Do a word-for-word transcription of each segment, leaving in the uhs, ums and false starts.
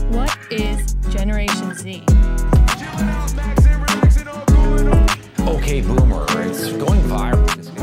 What is Generation Z? Okay, boomer, it's going viral.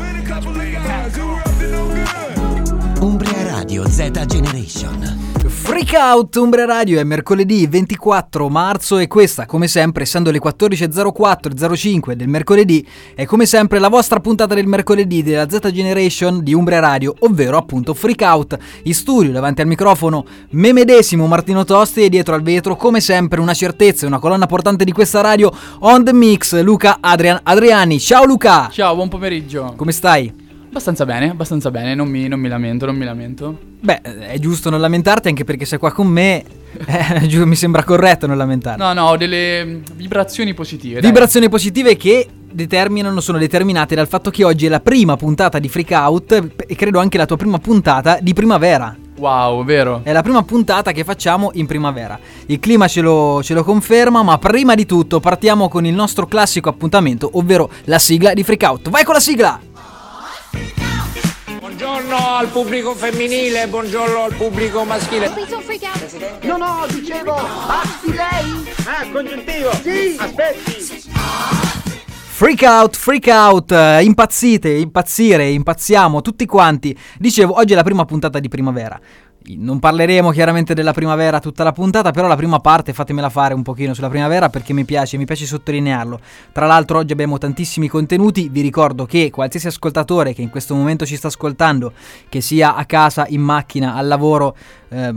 Umbria Radio Z Generation. Freak Out Umbria Radio, è mercoledì ventiquattro marzo e questa, come sempre, essendo le quattordici e zero quattro e zero cinque del mercoledì, è come sempre la vostra puntata del mercoledì della Z Generation di Umbria Radio, ovvero appunto Freak Out. In studio, davanti al microfono, me medesimo Martino Tosti e dietro al vetro, come sempre, una certezza e una colonna portante di questa radio, on the mix, Luca Adrian Adriani. Ciao Luca! Ciao, buon pomeriggio. Come stai? Abbastanza bene, abbastanza bene, non mi, non mi lamento, non mi lamento. Beh, è giusto non lamentarti, anche perché sei qua con me, eh, giù, mi sembra corretto non lamentarti. No, no, ho delle vibrazioni positive. Vibrazioni dai. positive che determinano, sono determinate dal fatto che oggi è la prima puntata di Freak Out e credo anche la tua prima puntata di primavera. Wow, vero? È la prima puntata che facciamo in primavera. Il clima ce lo, ce lo conferma, ma prima di tutto partiamo con il nostro classico appuntamento, ovvero la sigla di Freak Out. Vai con la sigla! Buongiorno al pubblico femminile, buongiorno al pubblico maschile. No, no, dicevo, basti lei? Ah, congiuntivo. Sì. Aspetti. Freak out, freak out, uh, impazzite, impazzire, impazziamo tutti quanti. Dicevo, oggi è la prima puntata di primavera. Non parleremo chiaramente della primavera tutta la puntata, però la prima parte fatemela fare un pochino sulla primavera perché mi piace, mi piace sottolinearlo. Tra l'altro oggi abbiamo tantissimi contenuti, vi ricordo che qualsiasi ascoltatore che in questo momento ci sta ascoltando, che sia a casa, in macchina, al lavoro, eh,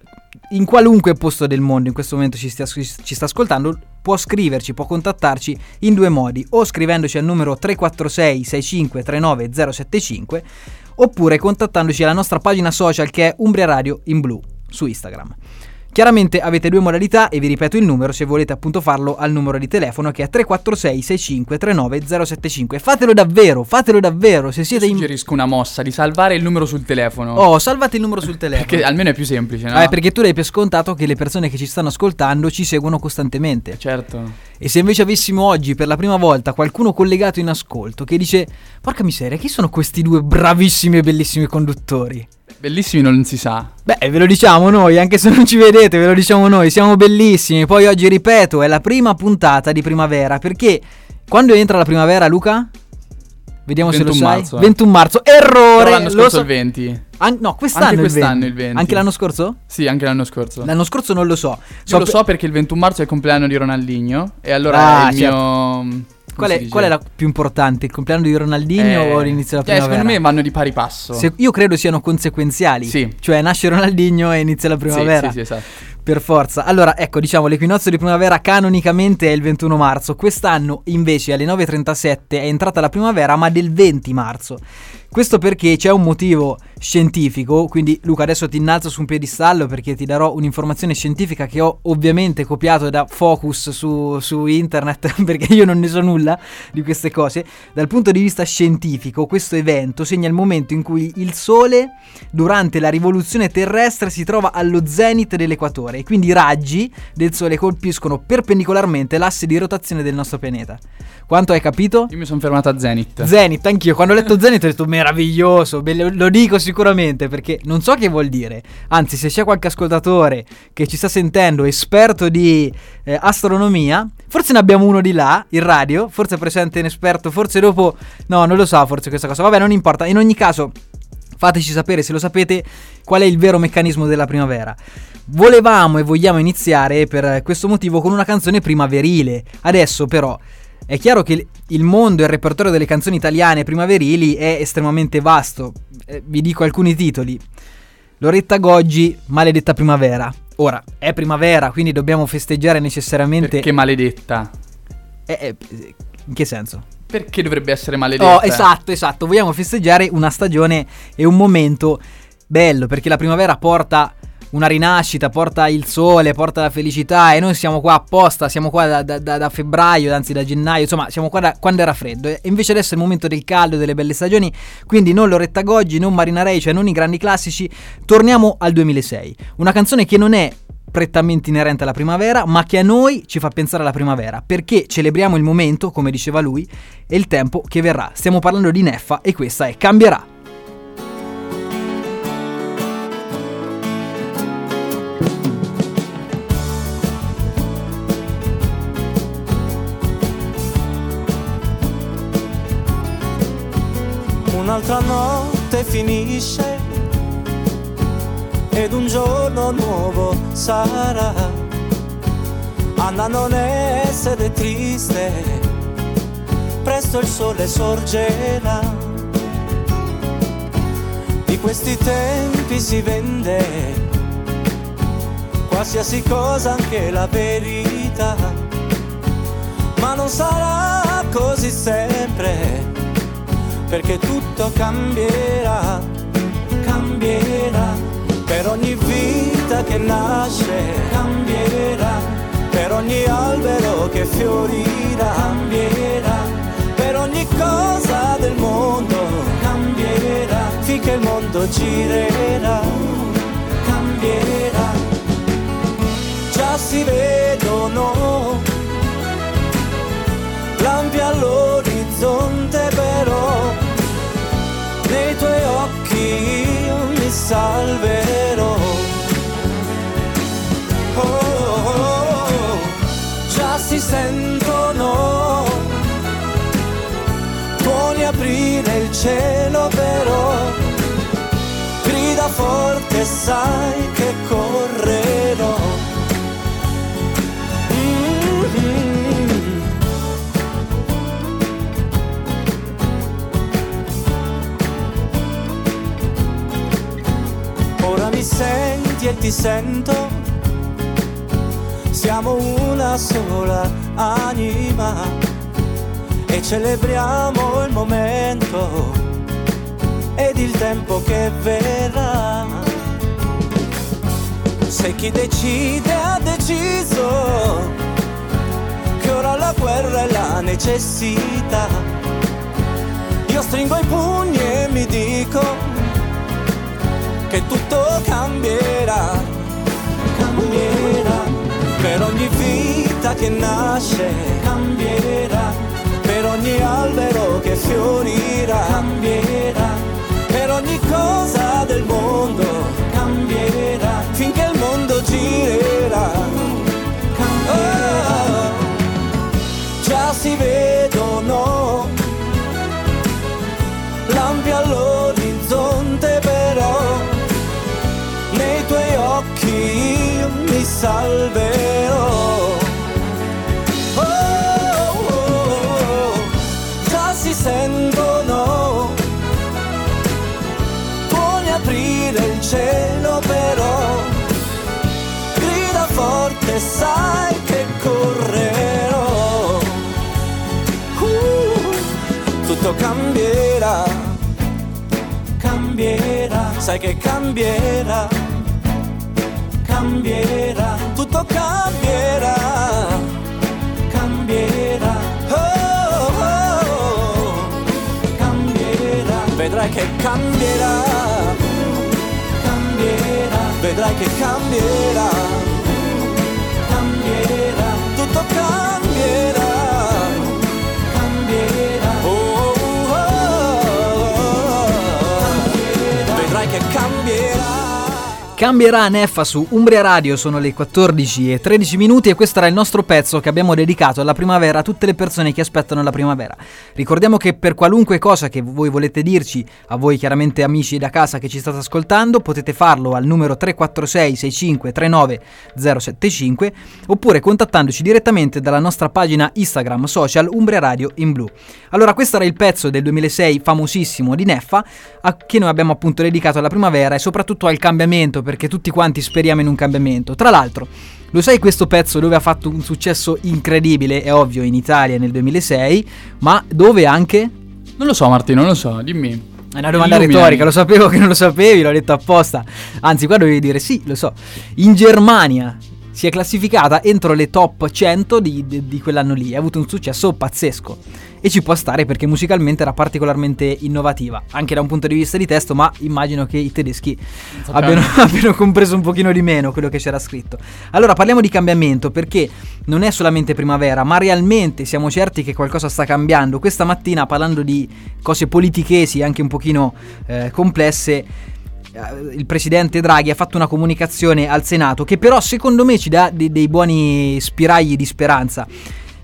in qualunque posto del mondo in questo momento ci, stia, ci sta ascoltando, può scriverci, può contattarci in due modi, o scrivendoci al numero tre quattro sei sei cinque tre nove zero sette cinque oppure contattandoci alla nostra pagina social che è Umbria Radio in blu su Instagram. Chiaramente avete due modalità e vi ripeto il numero se volete appunto farlo al numero di telefono che è tre quattro sei sei cinque tre nove zero sette cinque. Fatelo davvero, fatelo davvero se siete Io in... suggerisco una mossa di salvare il numero sul telefono. Oh, salvate il numero sul telefono. Perché almeno è più semplice, no? Eh, perché tu dai per scontato che le persone che ci stanno ascoltando ci seguono costantemente. Certo. E se invece avessimo oggi per la prima volta qualcuno collegato in ascolto che dice: porca miseria, chi sono questi due bravissimi e bellissimi conduttori? Bellissimi non si sa. Beh, ve lo diciamo noi, anche se non ci vedete, ve lo diciamo noi, siamo bellissimi. Poi oggi, ripeto, è la prima puntata di primavera, perché quando entra la primavera, Luca? Vediamo se lo sai. Marzo, eh. ventuno marzo, errore! Però l'anno scorso so... il venti. An- no, quest'anno, anche il, quest'anno venti. il venti. Anche l'anno scorso? Sì, anche l'anno scorso. L'anno scorso non lo so. So Io lo pe- so perché il ventuno marzo è il compleanno di Ronaldinho e allora ah, è il certo. mio... Qual è, qual è la più importante? Il compleanno di Ronaldinho eh, o l'inizio della eh, primavera? secondo me vanno di pari passo. Se, io credo siano conseguenziali. Sì. Cioè nasce Ronaldinho e inizia la primavera. Sì, sì, sì, esatto. Per forza. Allora, ecco, diciamo, l'equinozio di primavera canonicamente è il ventuno marzo. Quest'anno, invece, alle nove e trentasette è entrata la primavera, ma del venti marzo. Questo perché c'è un motivo scientifico, quindi Luca adesso ti innalzo su un piedistallo perché ti darò un'informazione scientifica che ho ovviamente copiato da Focus su, su internet perché io non ne so nulla di queste cose. Dal punto di vista scientifico questo evento segna il momento in cui il Sole durante la rivoluzione terrestre si trova allo zenit dell'equatore e quindi i raggi del Sole colpiscono perpendicolarmente l'asse di rotazione del nostro pianeta. Quanto hai capito? Io mi sono fermato a Zenith. Zenith, anch'io. Quando ho letto Zenith ho detto meraviglioso, be- lo dico sicuramente perché non so che vuol dire. Anzi, se c'è qualche ascoltatore che ci sta sentendo, esperto di eh, astronomia, forse ne abbiamo uno di là, in radio, forse è presente un esperto, forse dopo... No, non lo sa forse questa cosa. Vabbè, non importa. In ogni caso, fateci sapere se lo sapete qual è il vero meccanismo della primavera. Volevamo e vogliamo iniziare per questo motivo con una canzone primaverile. Adesso però... È chiaro che il mondo e il repertorio delle canzoni italiane primaverili è estremamente vasto. Eh, vi dico alcuni titoli. Loretta Goggi, Maledetta primavera. Ora, è primavera, quindi dobbiamo festeggiare necessariamente... Perché maledetta? Eh, eh, in che senso? Perché dovrebbe essere maledetta? Oh, esatto, esatto. Vogliamo festeggiare una stagione e un momento bello, perché la primavera porta... una rinascita, porta il sole, porta la felicità e noi siamo qua apposta, siamo qua da, da, da, da febbraio, anzi da gennaio, insomma siamo qua da quando era freddo e invece adesso è il momento del caldo, delle belle stagioni, quindi non Loretta Goggi, non Marina Rei, cioè non i grandi classici, torniamo al duemilasei, una canzone che non è prettamente inerente alla primavera ma che a noi ci fa pensare alla primavera perché celebriamo il momento, come diceva lui, e il tempo che verrà. Stiamo parlando di Neffa e questa è Cambierà. un'altra notte finisce ed un giorno nuovo sarà. Anna, non essere triste, presto il sole sorgerà. Di questi tempi si vende qualsiasi cosa, anche la verità, ma non sarà così sempre, perché tutto cambierà, cambierà. Per ogni vita che nasce cambierà, per ogni albero che fiorirà cambierà, per ogni cosa del mondo cambierà, finché il mondo girerà, cambierà. Già si vedono lampi all'orizzonte, però nei tuoi occhi io mi salverò. Oh, oh, oh. Già si sentono tuoni aprire il cielo, però grida forte, sai che correrò. Mm-hmm. Ora mi senti e ti sento, siamo una sola anima e celebriamo il momento ed il tempo che verrà. Se chi decide ha deciso che ora la guerra è la necessità, io stringo i pugni e mi dico che tutto cambierà, cambierà. Per ogni vita che nasce cambierà, per ogni albero che fiorirà cambierà, per ogni cosa del mondo cambierà, finché il mondo girerà, cambierà. Oh, già si vedono lampi all'orizzonte, però nei tuoi occhi io mi salverò. Oh, oh, oh, già si sentono tuoni aprire il cielo, però grida forte, sai che correrò. Uh, tutto cambierà, cambierà, sai che cambierà, cambierà, tutto cambierà, cambierà, oh, oh, oh, cambierà, vedrai che cambierà, cambierà, vedrai che cambierà, cambierà, tutto cambierà, cambierà, oh, oh, oh, cambierà, vedrai che cambierà. Cambierà Neffa su Umbria Radio, sono le quattordici e tredici minuti e questo era il nostro pezzo che abbiamo dedicato alla primavera, a tutte le persone che aspettano la primavera. Ricordiamo che per qualunque cosa che voi volete dirci, a voi chiaramente amici da casa che ci state ascoltando, potete farlo al numero tre quattro sei sei cinque tre nove zero sette cinque oppure contattandoci direttamente dalla nostra pagina Instagram social Umbria Radio in blu. Allora, questo era il pezzo del duemilasei famosissimo di Neffa, a che noi abbiamo appunto dedicato alla primavera e soprattutto al cambiamento, perché tutti quanti speriamo in un cambiamento. Tra l'altro, lo sai questo pezzo dove ha fatto un successo incredibile? È ovvio, in Italia nel duemilasei, ma dove anche? Non lo so Martino, non lo so, dimmi. È una domanda retorica, lo sapevo che non lo sapevi, l'ho detto apposta. Anzi, qua dovevi dire sì, lo so. In Germania si è classificata entro le top cento di, di, di quell'anno lì, ha avuto un successo pazzesco. E ci può stare perché musicalmente era particolarmente innovativa, anche da un punto di vista di testo, ma immagino che i tedeschi abbiano, abbiano compreso un pochino di meno quello che c'era scritto. Allora parliamo di cambiamento, perché non è solamente primavera, ma realmente siamo certi che qualcosa sta cambiando. Questa mattina, parlando di cose politichesi anche un pochino eh, complesse, il presidente Draghi ha fatto una comunicazione al Senato che però secondo me ci dà de- dei buoni spiragli di speranza.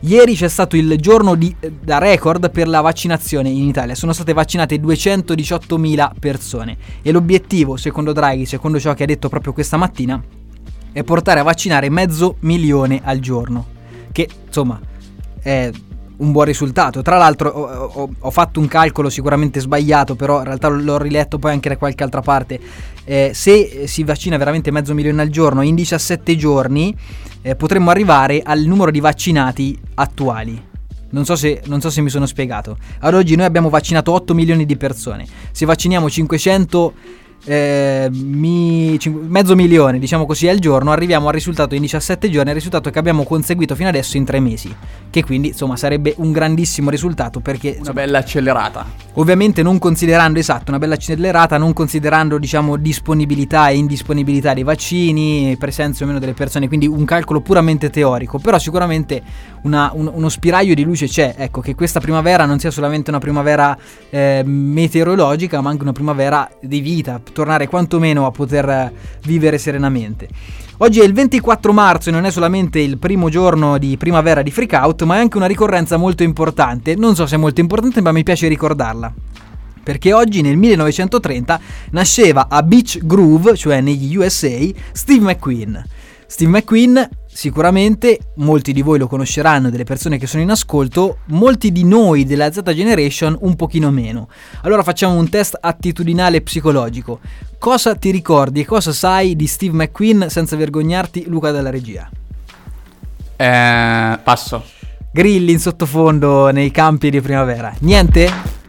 Ieri c'è stato il giorno di, da record per la vaccinazione in Italia. Sono state vaccinate duecentodiciottomila persone e l'obiettivo, secondo Draghi, secondo ciò che ha detto proprio questa mattina, è portare a vaccinare mezzo milione al giorno, che insomma è un buon risultato. Tra l'altro ho, ho, ho fatto un calcolo sicuramente sbagliato, però in realtà l'ho riletto poi anche da qualche altra parte. Eh, se si vaccina veramente mezzo milione al giorno in diciassette giorni, eh, potremmo arrivare al numero di vaccinati attuali. Non so se, non so se mi sono spiegato. Ad oggi noi abbiamo vaccinato otto milioni di persone. Se vacciniamo cinquecento Eh, mi, cinque, mezzo milione, diciamo così, al giorno, arriviamo al risultato in diciassette giorni, al risultato che abbiamo conseguito fino adesso in tre mesi, che quindi insomma sarebbe un grandissimo risultato, perché Una insomma, bella accelerata. ovviamente non considerando, esatto, una bella accelerata, non considerando diciamo disponibilità e indisponibilità dei vaccini, presenza o meno delle persone, quindi un calcolo puramente teorico, però sicuramente una, un, uno spiraglio di luce c'è, ecco, che questa primavera non sia solamente una primavera eh, meteorologica, ma anche una primavera di vita, tornare quantomeno a poter vivere serenamente. Oggi è il ventiquattro marzo e non è solamente il primo giorno di primavera di Freak Out, ma è anche una ricorrenza molto importante. Non so se è molto importante, ma mi piace ricordarla, perché oggi nel millenovecentotrenta nasceva a Beach Grove, cioè negli U S A, Steve McQueen. Steve McQueen, sicuramente molti di voi lo conosceranno, delle persone che sono in ascolto, molti di noi della Z Generation un pochino meno. Allora facciamo un test attitudinale psicologico. Cosa ti ricordi e cosa sai di Steve McQueen senza vergognarti, Luca della regia? Eh, passo. Grilli in sottofondo nei campi di primavera. Niente?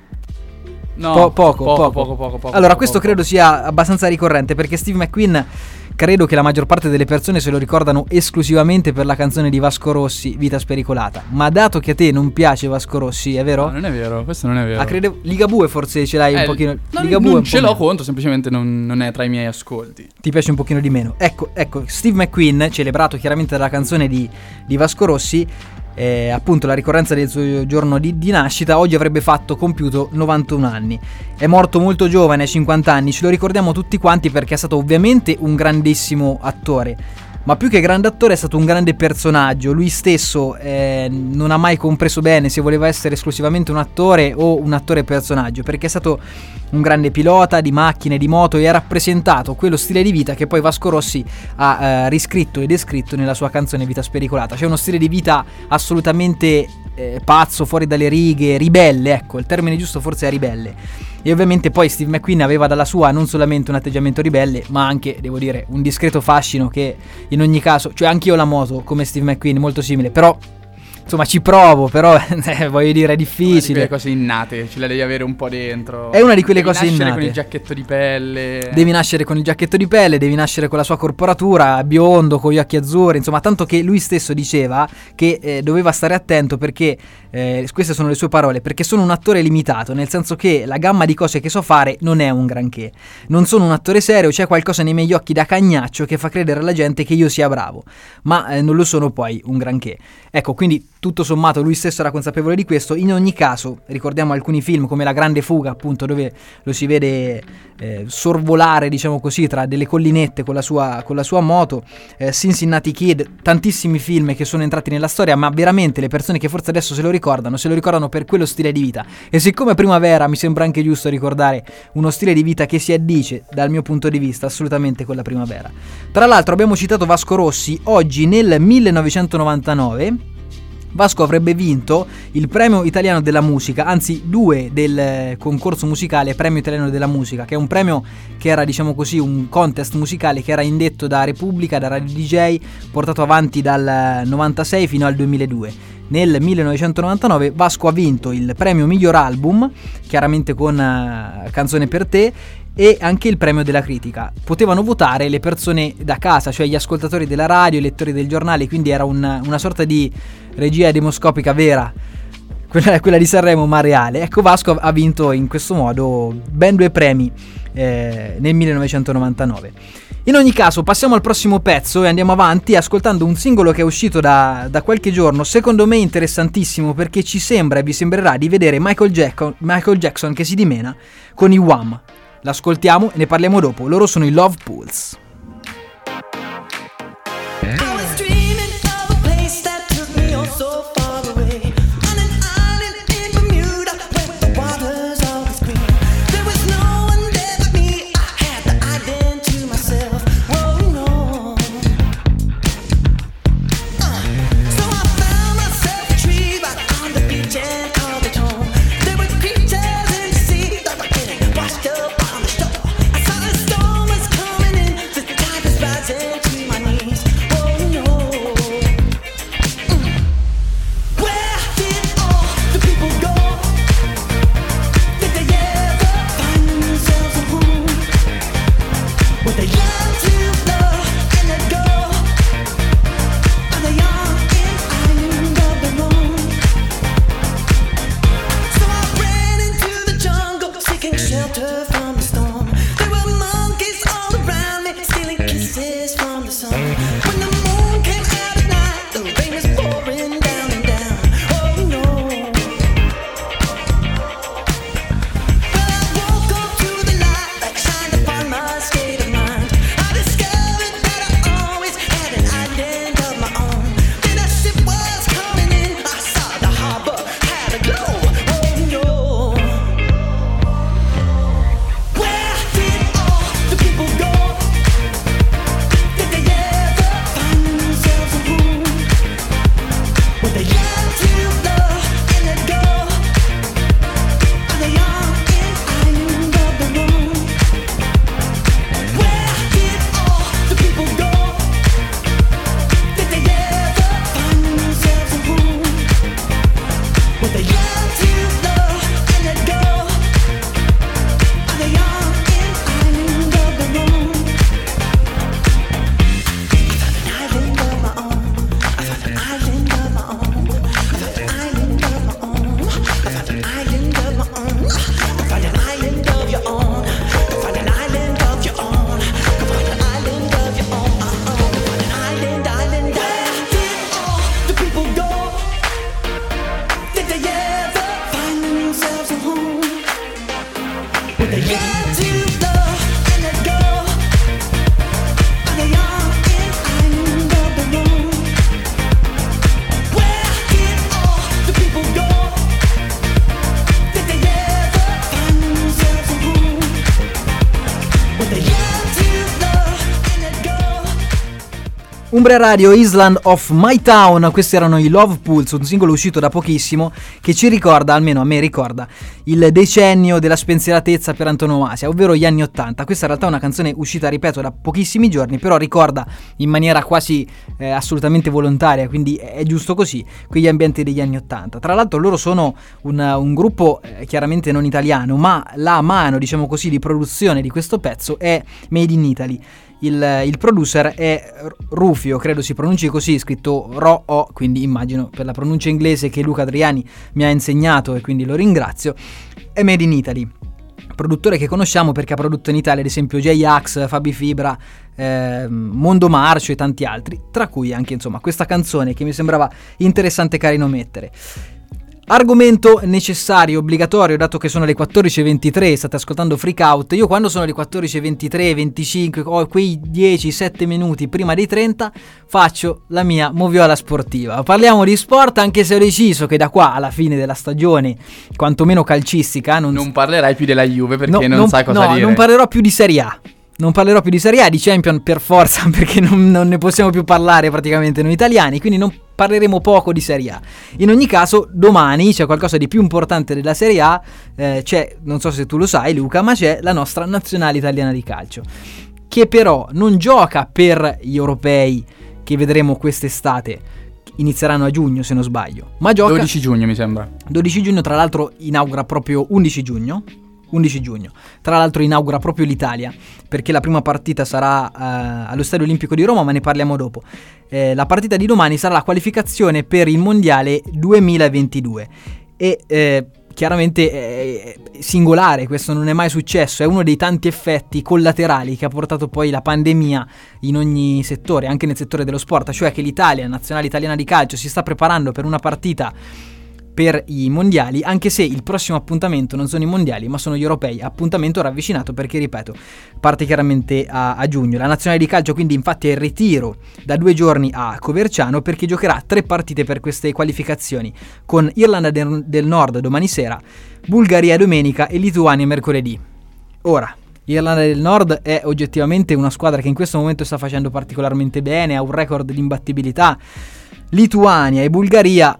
No, Po- poco, poco, poco. poco, poco, poco. Allora, poco, questo poco. credo sia abbastanza ricorrente, perché Steve McQueen credo che la maggior parte delle persone se lo ricordano esclusivamente per la canzone di Vasco Rossi, Vita spericolata. Ma dato che a te non piace Vasco Rossi, è vero? No, non è vero, questo non è vero. Ah, credevo Ligabue forse ce l'hai Eh, un pochino. no, Ligabue non un po' ce l'ho meno. conto, semplicemente non, non è tra i miei ascolti. Ti piace un pochino di meno. Ecco, ecco, Steve McQueen, celebrato chiaramente dalla canzone di, di Vasco Rossi, eh, appunto la ricorrenza del suo giorno di, di nascita, oggi avrebbe fatto compiuto novantuno anni. È morto molto giovane, a cinquanta anni, ce lo ricordiamo tutti quanti perché è stato ovviamente un grandissimo attore, ma più che grande attore è stato un grande personaggio. Lui stesso eh, non ha mai compreso bene se voleva essere esclusivamente un attore o un attore personaggio, perché è stato un grande pilota di macchine, di moto, e ha rappresentato quello stile di vita che poi Vasco Rossi ha eh, riscritto e descritto nella sua canzone Vita spericolata. C'è uno stile di vita assolutamente eh, pazzo, fuori dalle righe, ribelle, ecco, il termine giusto forse è ribelle. E ovviamente poi Steve McQueen aveva dalla sua non solamente un atteggiamento ribelle, ma anche, devo dire, un discreto fascino che in ogni caso, cioè anch'io la moto come Steve McQueen, molto simile, però insomma ci provo, però eh, voglio dire è Una di difficile. quelle cose innate, ce le devi avere un po' dentro. È una di quelle Devi cose nascere innate. con il giacchetto di pelle. Devi nascere con il giacchetto di pelle, devi nascere con la sua corporatura, biondo, con gli occhi azzurri, insomma, tanto che lui stesso diceva che eh, doveva stare attento perché, eh, queste sono le sue parole, perché sono un attore limitato, nel senso che la gamma di cose che so fare non è un granché. Non sono un attore serio, c'è qualcosa nei miei occhi da cagnaccio che fa credere alla gente che io sia bravo, ma eh, non lo sono poi un granché. Ecco, quindi tutto sommato lui stesso era consapevole di questo. In ogni caso, ricordiamo alcuni film come La Grande Fuga, appunto, dove lo si vede eh, sorvolare, diciamo così, tra delle collinette con la sua, con la sua moto, eh, Cincinnati Kid, tantissimi film che sono entrati nella storia, ma veramente le persone che forse adesso se lo ricordano, se lo ricordano per quello stile di vita. E siccome primavera mi sembra anche giusto ricordare uno stile di vita che si addice, dal mio punto di vista, assolutamente con la primavera. Tra l'altro abbiamo citato Vasco Rossi. Oggi nel millenovecentonovantanove Vasco avrebbe vinto il Premio Italiano della Musica, anzi due del concorso musicale Premio Italiano della Musica, che è un premio che era, diciamo così, un contest musicale che era indetto da Repubblica, da Radio D J, portato avanti dal novantasei fino al duemiladue. Nel millenovecentonovantanove Vasco ha vinto il premio Miglior Album, chiaramente con uh, Canzone per te, e anche il premio della critica. Potevano votare le persone da casa, cioè gli ascoltatori della radio, i lettori del giornale, quindi era un, una sorta di regia demoscopica vera, quella, quella di Sanremo ma reale. Ecco, Vasco ha vinto in questo modo ben due premi eh, nel millenovecentonovantanove. In ogni caso passiamo al prossimo pezzo e andiamo avanti ascoltando un singolo che è uscito da, da qualche giorno, secondo me interessantissimo, perché ci sembra e vi sembrerà di vedere Michael Jackson, Michael Jackson che si dimena con i Wham. L'ascoltiamo e ne parliamo dopo. Loro sono i Love Pools. I was dreaming of a place that took me oh so far Umbria Radio, Island of My Town, questi erano i Love Pulse, un singolo uscito da pochissimo che ci ricorda, almeno a me ricorda, il decennio della spensieratezza per antonomasia, ovvero gli anni ottanta. Questa in realtà è una canzone uscita, ripeto, da pochissimi giorni, però ricorda in maniera quasi eh, assolutamente volontaria, quindi è giusto così, quegli ambienti degli anni ottanta. Tra l'altro loro sono un, un gruppo eh, chiaramente non italiano, ma la mano, diciamo così, di produzione di questo pezzo è Made in Italy. Il, il producer è Rufio, credo si pronunci così, scritto Ro-O, quindi immagino per la pronuncia inglese che Luca Adriani mi ha insegnato e quindi lo ringrazio. È Made in Italy, produttore che conosciamo perché ha prodotto in Italia ad esempio J-Ax, Fabi Fibra, eh, Mondo Marcio e tanti altri, tra cui anche insomma questa canzone che mi sembrava interessante e carino mettere. Argomento necessario, obbligatorio, dato che sono le quattordici e ventitré, state ascoltando Freak Out. Io quando sono le quattordici e ventitré, venticinque, ho quei dieci sette minuti prima dei trenta, faccio la mia moviola sportiva. Parliamo di sport, anche se ho deciso che da qua alla fine della stagione, quantomeno calcistica, non, non parlerai più della Juve perché no, non, non sai cosa no, dire. Non parlerò più di Serie A. Non parlerò più di Serie A, di Champion per forza, perché non, non ne possiamo più parlare praticamente noi italiani, quindi non parleremo poco di Serie A. In ogni caso, domani c'è qualcosa di più importante della Serie A, eh, c'è, non so se tu lo sai Luca, ma c'è la nostra nazionale italiana di calcio, che però non gioca per gli europei che vedremo quest'estate, inizieranno a giugno se non sbaglio, ma gioca... dodici giugno mi sembra. dodici giugno, tra l'altro inaugura proprio undici giugno. undici giugno. Tra l'altro inaugura proprio l'Italia, perché la prima partita sarà uh, allo Stadio Olimpico di Roma, ma ne parliamo dopo. Eh, la partita di domani sarà la qualificazione per il Mondiale duemilaventidue e eh, chiaramente è singolare, questo non è mai successo, è uno dei tanti effetti collaterali che ha portato poi la pandemia in ogni settore, anche nel settore dello sport, cioè che l'Italia, nazionale italiana di calcio, si sta preparando per una partita per i mondiali, anche se il prossimo appuntamento non sono i mondiali ma sono gli europei, appuntamento ravvicinato perché, ripeto, parte chiaramente a, a giugno. La nazionale di calcio quindi infatti è in ritiro da due giorni a Coverciano perché giocherà tre partite per queste qualificazioni, con Irlanda del, del Nord domani sera, Bulgaria domenica e Lituania mercoledì. Ora, Irlanda del Nord è oggettivamente una squadra che in questo momento sta facendo particolarmente bene, ha un record di imbattibilità. Lituania e Bulgaria,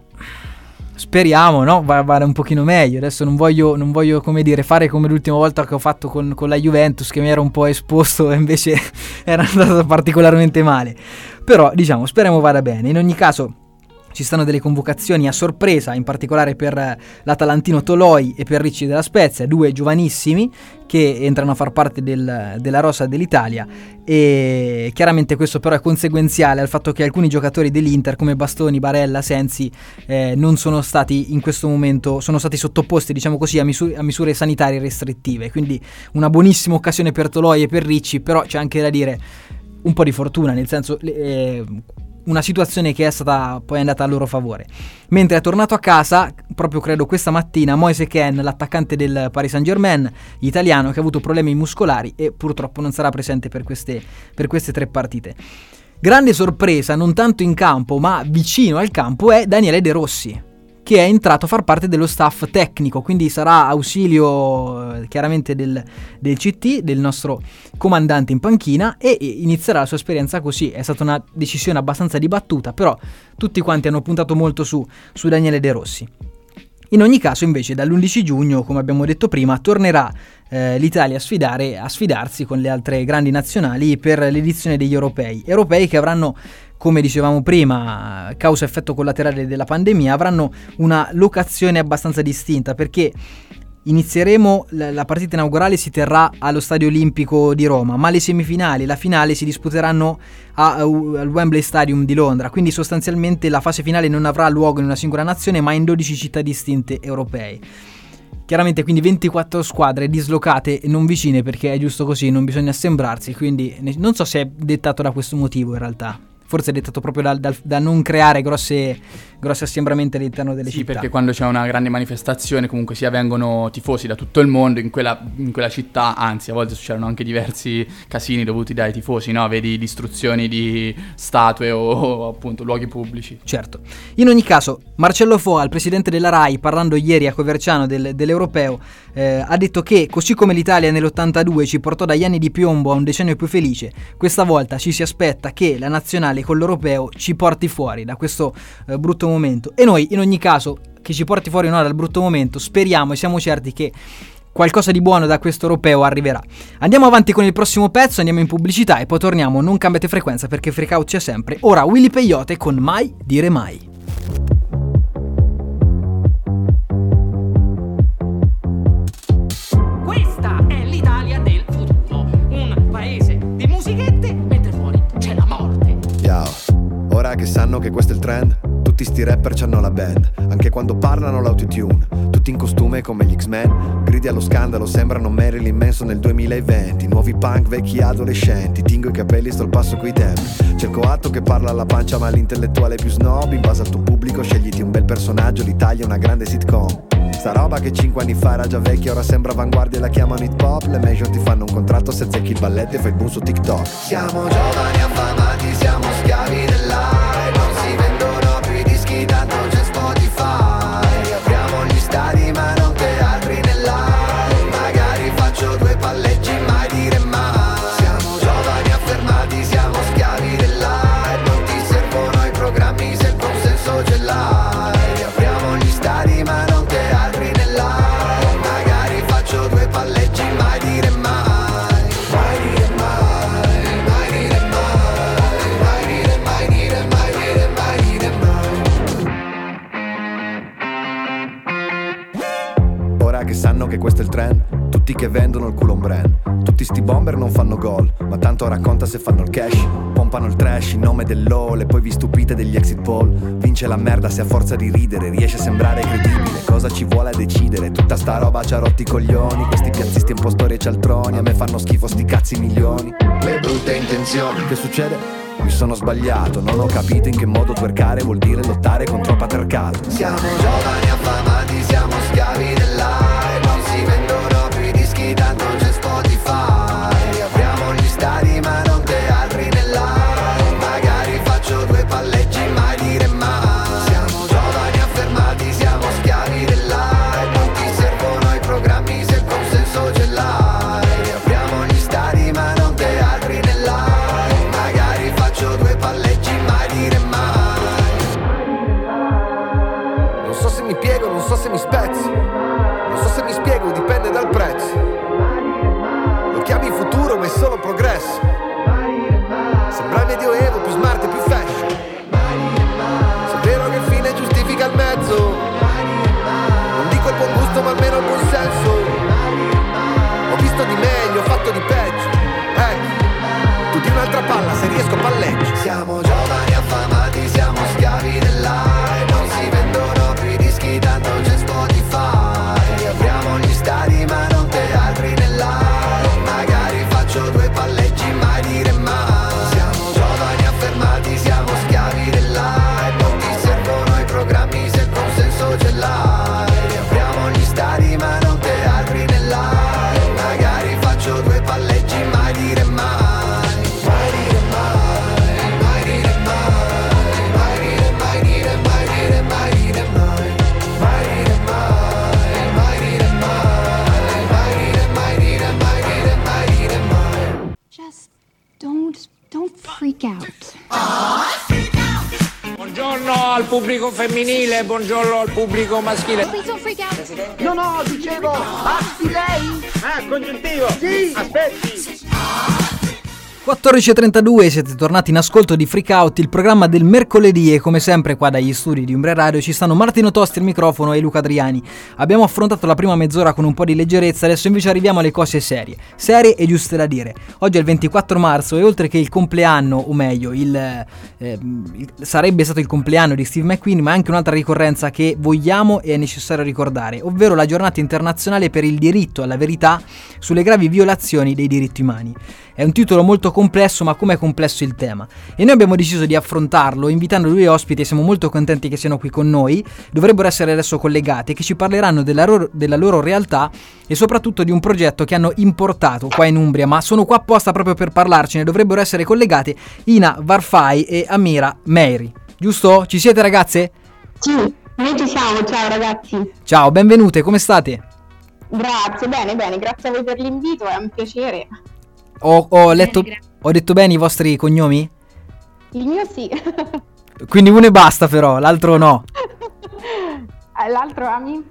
speriamo, no? Va, vada un pochino meglio. Adesso non voglio, non voglio, come dire, fare come l'ultima volta che ho fatto con, con la Juventus, che mi ero un po' esposto e invece era andato particolarmente male. Però, diciamo, speriamo vada bene. In ogni caso, ci stanno delle convocazioni a sorpresa, in particolare per l'Atalantino Toloi e per Ricci della Spezia, due giovanissimi che entrano a far parte del, della rosa dell'Italia, e chiaramente questo però è conseguenziale al fatto che alcuni giocatori dell'Inter come Bastoni, Barella, Sensi eh, non sono stati in questo momento, sono stati sottoposti, diciamo così, a, misure, a misure sanitarie restrittive, quindi una buonissima occasione per Toloi e per Ricci, però c'è anche da dire un po' di fortuna, nel senso eh, una situazione che è stata poi andata a loro favore. Mentre è tornato a casa, proprio credo questa mattina, Moise Kean, l'attaccante del Paris Saint-Germain, italiano, che ha avuto problemi muscolari e purtroppo non sarà presente per queste, per queste tre partite. Grande sorpresa, non tanto in campo ma vicino al campo, è Daniele De Rossi, che è entrato a far parte dello staff tecnico, quindi sarà ausilio eh, chiaramente del, del C T, del nostro comandante in panchina, e inizierà la sua esperienza così. È stata una decisione abbastanza dibattuta, però tutti quanti hanno puntato molto su, su Daniele De Rossi. In ogni caso, invece, dall'undici giugno, come abbiamo detto prima, tornerà eh, l'Italia a sfidare, a sfidarsi con le altre grandi nazionali per l'edizione degli europei. Europei che avranno, come dicevamo prima, causa effetto collaterale della pandemia, avranno una locazione abbastanza distinta, perché inizieremo, la partita inaugurale si terrà allo Stadio Olimpico di Roma, ma le semifinali e la finale si disputeranno a, a, al Wembley Stadium di Londra, quindi sostanzialmente la fase finale non avrà luogo in una singola nazione ma in dodici città distinte europee. Chiaramente quindi ventiquattro squadre dislocate e non vicine, perché è giusto così, non bisogna assembrarsi, quindi non so se è dettato da questo motivo in realtà. Forse è dettato proprio da, da, da non creare grosse, grosse assembramenti all'interno delle sì, città. Sì, perché quando c'è una grande manifestazione comunque sia vengono tifosi da tutto il mondo in quella, in quella città, anzi a volte succedono anche diversi casini dovuti dai tifosi, no? Vedi distruzioni di statue o, o appunto luoghi pubblici. Certo. In ogni caso, Marcello Foa, il presidente della RAI, parlando ieri a Coverciano del, dell'Europeo, eh, ha detto che così come l'Italia nell'ottantadue ci portò dagli anni di piombo a un decennio più felice, questa volta ci si aspetta che la nazionale con l'europeo ci porti fuori da questo eh, brutto momento. E noi in ogni caso che ci porti fuori o no dal brutto momento, speriamo e siamo certi che qualcosa di buono da questo europeo arriverà. Andiamo avanti con il prossimo pezzo, andiamo in pubblicità e poi torniamo. Non cambiate frequenza perché Freak Out c'è sempre. Ora Willy Peyote con Mai dire mai. Questa è l'Italia del futuro, un paese di musichette mentre fuori c'è la morte. Ciao, ora che sanno che questo è il trend, tutti sti rapper c'hanno la band, anche quando parlano l'autotune, tutti in costume come gli X-Men, gridi allo scandalo, sembrano Marilyn Manson nel duemilaventi, nuovi punk, vecchi adolescenti, tingo i capelli, sto al passo coi tempi, c'è il coatto che parla alla pancia ma l'intellettuale più snob, in base al tuo pubblico scegliti un bel personaggio, l'Italia è una grande sitcom. Sta roba che cinque anni fa era già vecchia, ora sembra avanguardia e la chiamano hip hop. Le major ti fanno un contratto se zecchi il balletto e fai il boom su TikTok. Siamo giovani affamati, siamo schiavi dell'hype, non si vendono più i dischi, tanto c'è Spotify. Apriamo gli stadi ma non teatri nell'aria, magari faccio due palleggi, mai dire mai. Siamo giovani affermati, siamo schiavi dell'hype, non ti servono i programmi se il consenso ce l'hai. Apriamo gli stadi ma non teatri nell'aria, magari faccio due palleggi, mai dire mai. Mai dire mai, mai dire mai, mai dire mai dire mai dire mai dire mai. Ora che sanno che questo è il trend, tutti che vendono il culo un brand, tutti sti bomber non fanno gol, ma tanto racconta se fanno il cash, pompano il trash in nome dell'O L e poi vi stupite degli exit poll. Vince la merda se a forza di ridere riesce a sembrare credibile, cosa ci vuole a decidere, tutta sta roba ci ha rotti i coglioni, questi piazzisti un po' storie cialtroni, a me fanno schifo sti cazzi milioni. Le brutte intenzioni, che succede? Mi sono sbagliato, non ho capito in che modo twerkare vuol dire lottare contro il patriarcato. Siamo giovani affamati, siamo schiavi dell'hype, non si vendono più i dischi, tanto c'è Spotify. Apriamo gli stadi ma non teatri nell'aria, magari faccio due palleggi, mai dire mai. Siamo giovani affermati, siamo schiavi dell'hype, non ti servono i programmi se il consenso ce l'hai. Apriamo gli stadi ma non teatri nell'aria, magari faccio due palleggi, mai dire mai. Non so se mi piego, non so se mi spezzo, non so se mi spiego, dipende dal prezzo. Lo chiami futuro ma è solo progresso, sembra il medioevo, più smart e più fashion. Se è vero che il fine giustifica il mezzo, non dico il buon gusto ma almeno il buon senso. Ho visto di meglio, ho fatto di peggio, ecco, tu di un'altra palla se riesco palleggio. Siamo giovani affamati, siamo schiavi dell'hype, non si vendono più i dischi, tanto c'è Spotify. Apriamo gli stadi ma non teatri nell'aria, magari faccio due palleggi, mai dire mai. Siamo giovani affermati, siamo schiavi dell'hype, non ti servono i programmi se il consenso ce l'hai. Apriamo gli stadi ma non teatri nell'aria, magari faccio due palleggi, mai dire mai. Mai dire mai, mai dire mai, mai dire mai dire mai dire mai dire mai. Mai dire mai, mai dire mai, mai dire mai dire mai dire mai dire mai. Just don't, don't freak out. Buongiorno al pubblico femminile, buongiorno al pubblico maschile. Please don't freak out. No, no, dicevo, basti lei? Ah, congiuntivo. Sì. Aspetti. quattordici e trentadue, siete tornati in ascolto di Freak Out, il programma del mercoledì, e come sempre qua dagli studi di Umbria Radio ci stanno Martino Tosti al microfono e Luca Adriani. Abbiamo affrontato la prima mezz'ora con un po' di leggerezza, adesso invece arriviamo alle cose serie, serie e giuste da dire. Oggi è il ventiquattro marzo e oltre che il compleanno, o meglio, il, eh, il, sarebbe stato il compleanno di Steve McQueen, ma anche un'altra ricorrenza che vogliamo e è necessario ricordare, ovvero la giornata internazionale per il diritto alla verità sulle gravi violazioni dei diritti umani. È un titolo molto complesso, ma com'è complesso il tema? E noi abbiamo deciso di affrontarlo invitando due ospiti e siamo molto contenti che siano qui con noi. Dovrebbero essere adesso collegati, che ci parleranno della loro, della loro realtà e soprattutto di un progetto che hanno importato qua in Umbria, ma sono qua apposta proprio per parlarcene. Dovrebbero essere collegati Ina Varfai e Amira Meiri. Giusto? Ci siete, ragazze? Sì, noi ci siamo. Ciao ragazzi. Ciao, benvenute, come state? Grazie, bene, bene, grazie a voi per l'invito, è un piacere. Ho, ho letto, ho detto bene i vostri cognomi? Il mio sì. Quindi uno e basta però, l'altro no. L'altro Ami?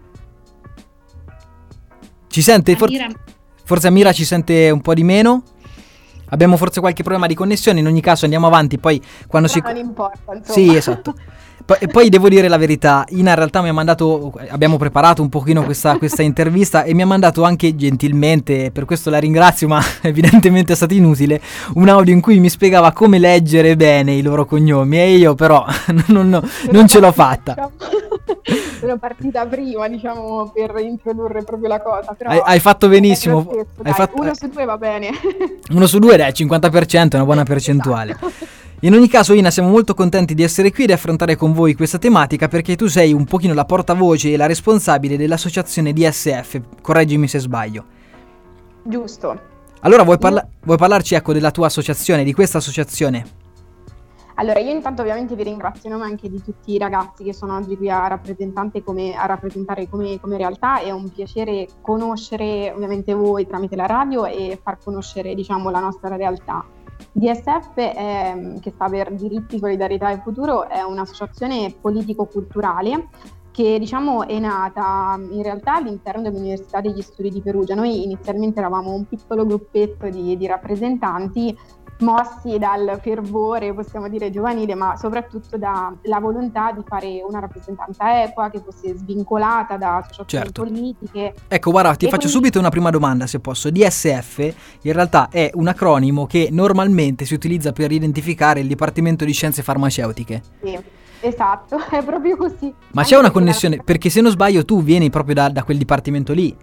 Ci sente? For- Amira. forse Amira ci sente un po' di meno. Abbiamo forse qualche problema di connessione, in ogni caso andiamo avanti, poi quando No, si... non importa, insomma. Sì, esatto. P- e poi devo dire la verità, Ina in realtà mi ha mandato, abbiamo preparato un pochino questa, questa intervista e mi ha mandato anche gentilmente, per questo la ringrazio, ma evidentemente è stato inutile, un audio in cui mi spiegava come leggere bene i loro cognomi e io però non, non, non ce l'ho fatta. Sono partita prima, diciamo, per introdurre proprio la cosa. Però Hai, hai fatto benissimo. Stesso, hai dai, fatto... Uno su due va bene. Uno su due, dai, il cinquanta per cento è una buona percentuale. Esatto. In ogni caso, Ina, siamo molto contenti di essere qui e di affrontare con voi questa tematica perché tu sei un pochino la portavoce e la responsabile dell'associazione D S F, correggimi se sbaglio. Giusto. Allora, vuoi, parla- vuoi parlarci, ecco, della tua associazione, di questa associazione? Allora, io intanto ovviamente vi ringrazio in nome anche di tutti i ragazzi che sono oggi qui a, rappresentante come, a rappresentare come, come realtà. È un piacere conoscere ovviamente voi tramite la radio e far conoscere, diciamo, la nostra realtà. D S F, è, che sta per Diritti, Solidarietà e Futuro, è un'associazione politico-culturale che, diciamo, è nata in realtà all'interno dell'Università degli Studi di Perugia. Noi inizialmente eravamo un piccolo gruppetto di, di rappresentanti mossi dal fervore, possiamo dire, giovanile, ma soprattutto dalla volontà di fare una rappresentanza equa che fosse svincolata da associazioni Certo. politiche. Ecco, guarda, ti E faccio quindi- subito una prima domanda, se posso. D S F in realtà è un acronimo che normalmente si utilizza per identificare il Dipartimento di Scienze Farmaceutiche. Sì, esatto, è proprio così. Ma Anche c'è una perché connessione? la- Perché se non sbaglio tu vieni proprio da, da quel dipartimento lì.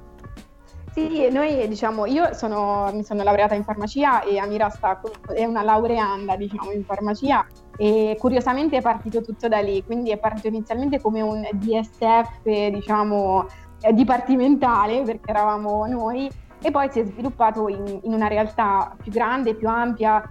Sì, noi diciamo, io sono, mi sono laureata in farmacia e Amira sta, è una laureanda, diciamo, in farmacia e curiosamente è partito tutto da lì, quindi è partito inizialmente come un D S F, diciamo, eh, dipartimentale, perché eravamo noi, e poi si è sviluppato in, in una realtà più grande, più ampia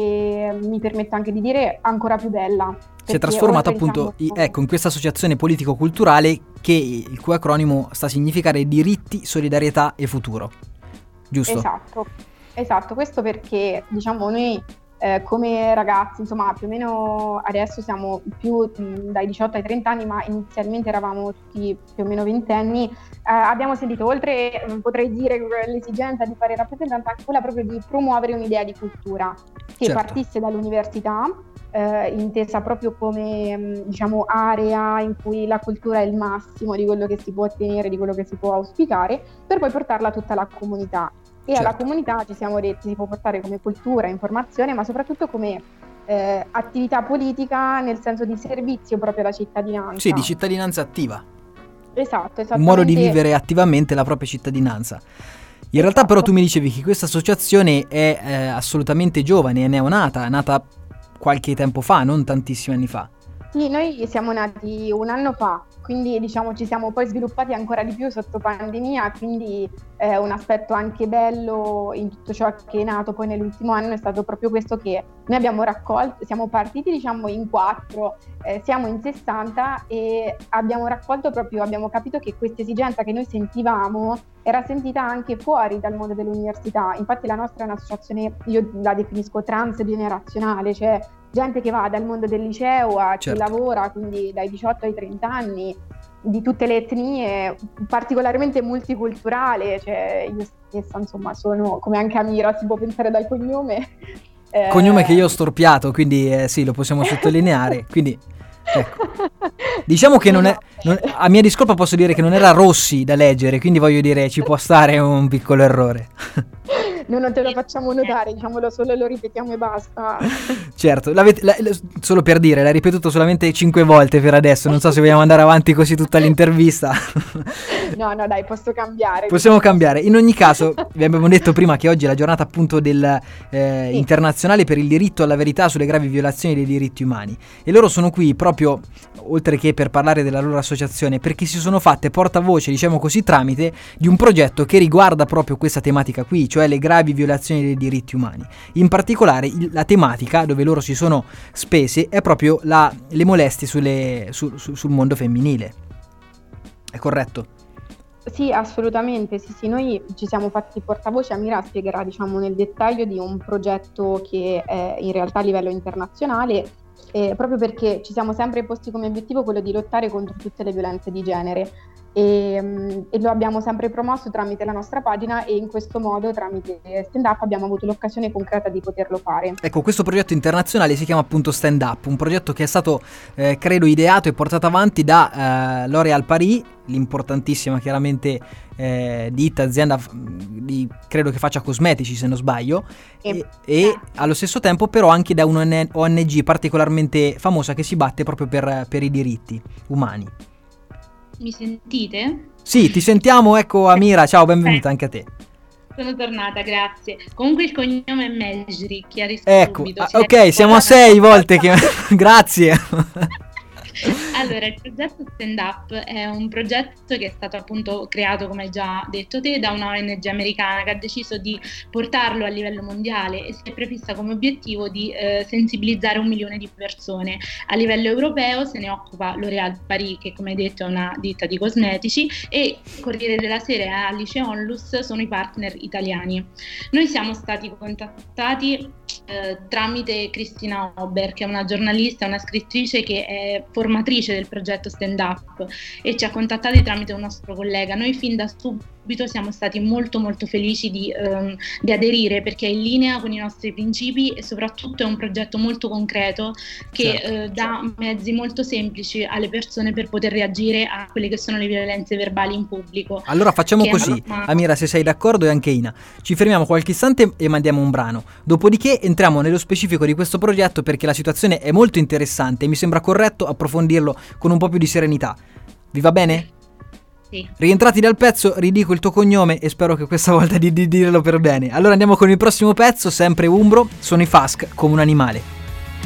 e mi permetto anche di dire ancora più bella. Si è perché trasformato oltre, appunto diciamo, i- ecco, in questa associazione politico-culturale che il cui acronimo sta a significare Diritti, Solidarietà e Futuro. Giusto? Esatto, esatto, questo perché diciamo noi eh, come ragazzi, insomma più o meno adesso siamo più mh, dai diciotto ai trenta anni, ma inizialmente eravamo tutti più o meno ventenni, eh, abbiamo sentito oltre, mh, potrei dire, l'esigenza di fare rappresentanza anche quella proprio di promuovere un'idea di cultura che Certo. partisse dall'università, eh, intesa proprio come mh, diciamo area in cui la cultura è il massimo di quello che si può ottenere, di quello che si può auspicare, per poi portarla a tutta la comunità. E alla Certo. comunità ci siamo detti si può portare come cultura, informazione, ma soprattutto come eh, attività politica nel senso di servizio proprio alla cittadinanza. Sì, di cittadinanza attiva. Esatto, Un modo di esattamente. vivere attivamente la propria cittadinanza. In realtà però tu mi dicevi che questa associazione è eh, assolutamente giovane, è neonata, è nata qualche tempo fa, non tantissimi anni fa. Sì, noi siamo nati un anno fa, quindi diciamo ci siamo poi sviluppati ancora di più sotto pandemia, quindi eh, un aspetto anche bello in tutto ciò che è nato poi nell'ultimo anno è stato proprio questo, che noi abbiamo raccolto, siamo partiti diciamo in quattro, eh, siamo in sessanta e abbiamo raccolto proprio, abbiamo capito che questa esigenza che noi sentivamo era sentita anche fuori dal mondo dell'università. Infatti la nostra è un'associazione, io la definisco transgenerazionale, cioè gente che va dal mondo del liceo a chi Certo. lavora, quindi dai diciotto ai trenta anni, di tutte le etnie, particolarmente multiculturale, cioè io stessa insomma sono, come anche Amira si può pensare dal cognome. eh, Cognome che io ho storpiato, quindi eh, sì, lo possiamo sottolineare. Quindi, ecco. Diciamo che non è, non- a mia discolpa posso dire che non era Rossi da leggere, quindi voglio dire ci può stare un piccolo errore. Noi non te lo facciamo notare, diciamolo solo, lo ripetiamo e basta. Certo, l'avete- la- la- solo per dire, l'hai ripetuto solamente cinque volte per adesso, non so se vogliamo andare avanti così tutta l'intervista. No, no, dai, posso cambiare. Possiamo cambiare. In ogni caso, vi abbiamo detto prima che oggi è la giornata appunto del eh, Sì. internazionale per il diritto alla verità sulle gravi violazioni dei diritti umani. E loro sono qui proprio, oltre che per parlare della loro associazione, perché si sono fatte portavoce, diciamo così, tramite di un progetto che riguarda proprio questa tematica qui, cioè le gravi violazioni dei diritti umani. In particolare il- la tematica dove loro si sono spese è proprio la- le molestie sulle- su- su- sul mondo femminile. È corretto? Sì, assolutamente, sì, sì, noi ci siamo fatti portavoce, Amira spiegherà diciamo nel dettaglio di un progetto che è in realtà a livello internazionale eh, proprio perché ci siamo sempre posti come obiettivo quello di lottare contro tutte le violenze di genere. E, um, e lo abbiamo sempre promosso tramite la nostra pagina, e in questo modo, tramite Stand Up, abbiamo avuto l'occasione concreta di poterlo fare. Ecco, questo progetto internazionale si chiama appunto Stand Up, un progetto che è stato eh, credo ideato e portato avanti da eh, L'Oréal Paris, l'importantissima chiaramente eh, ditta, azienda di, credo che faccia cosmetici se non sbaglio, e, e allo stesso tempo però anche da una O N G particolarmente famosa che si batte proprio per, per i diritti umani. Mi sentite? Sì, ti sentiamo, ecco Amira, ciao, benvenuta anche a te. Sono tornata, grazie. Comunque il cognome è Mejri, chiarissimo. Ecco, subito. ah, ok, siamo a sei volte che... Grazie. Allora, il progetto Stand Up è un progetto che è stato appunto creato, come hai già detto te, da una O N G americana che ha deciso di portarlo a livello mondiale e si è prefissa come obiettivo di eh, sensibilizzare un milione di persone. A livello europeo se ne occupa L'Oréal Paris, che come hai detto è una ditta di cosmetici, e Corriere della Sera e Alice Onlus sono i partner italiani. Noi siamo stati contattati eh, tramite Cristina Ober, che è una giornalista, una scrittrice che è formatrice del progetto Stand Up, e ci ha contattati tramite un nostro collega. Noi fin da subito siamo stati molto molto felici di, um, di aderire, perché è in linea con i nostri principi e soprattutto è un progetto molto concreto che certo, uh, dà certo. mezzi molto semplici alle persone per poter reagire a quelle che sono le violenze verbali in pubblico. Allora facciamo così, una... Amira, se sei d'accordo, e anche Ina, ci fermiamo qualche istante e mandiamo un brano, dopodiché entriamo nello specifico di questo progetto, perché la situazione è molto interessante e mi sembra corretto approfondirlo con un po' più di serenità. Vi va bene? Sì. Rientrati dal pezzo, ridico il tuo cognome e spero che questa volta di, di dirlo per bene. Allora andiamo con il prossimo pezzo, sempre Umbro, sono i Fask, come un animale.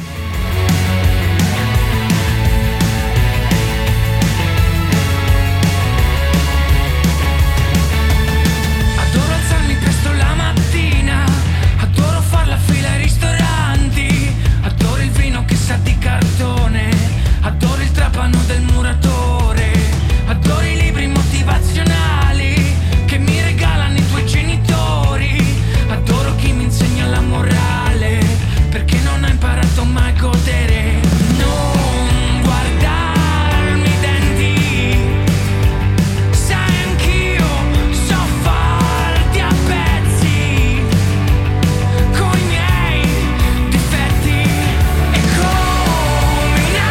Del muratore, adoro i libri motivazionali che mi regalano i tuoi genitori, adoro chi mi insegna la morale, perché non ho imparato mai a godere. Non guardarmi i denti, sai anch'io so farti a pezzi, coi miei difetti e come una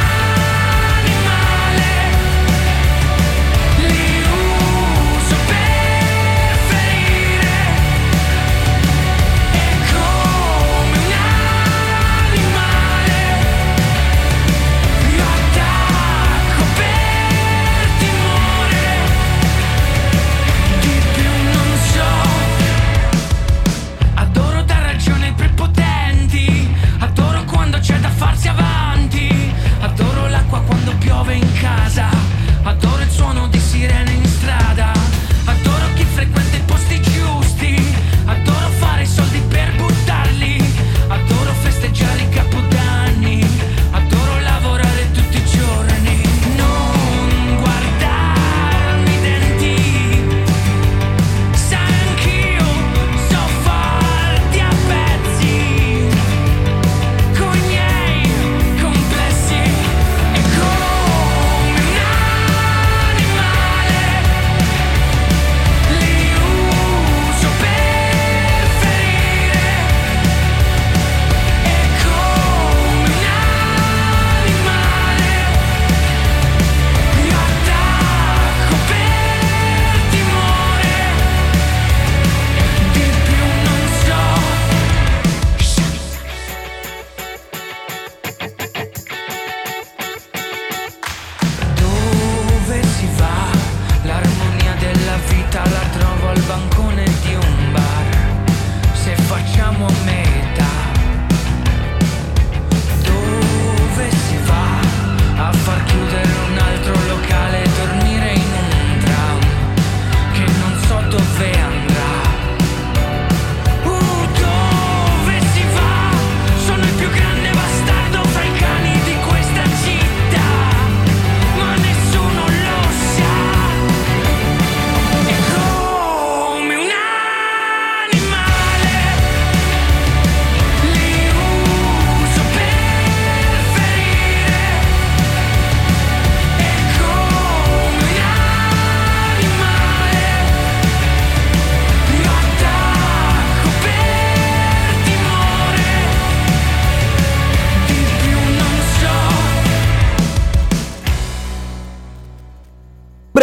adoro il suono di sirene in strada, adoro chi frequenta i posti giusti, adoro fare i soldi per buttarli, adoro festeggiare i capodanni, adoro lavorare tutti i giorni. Non guardarmi i denti, sai anch'io so farti a pezzi, coi miei complessi e come una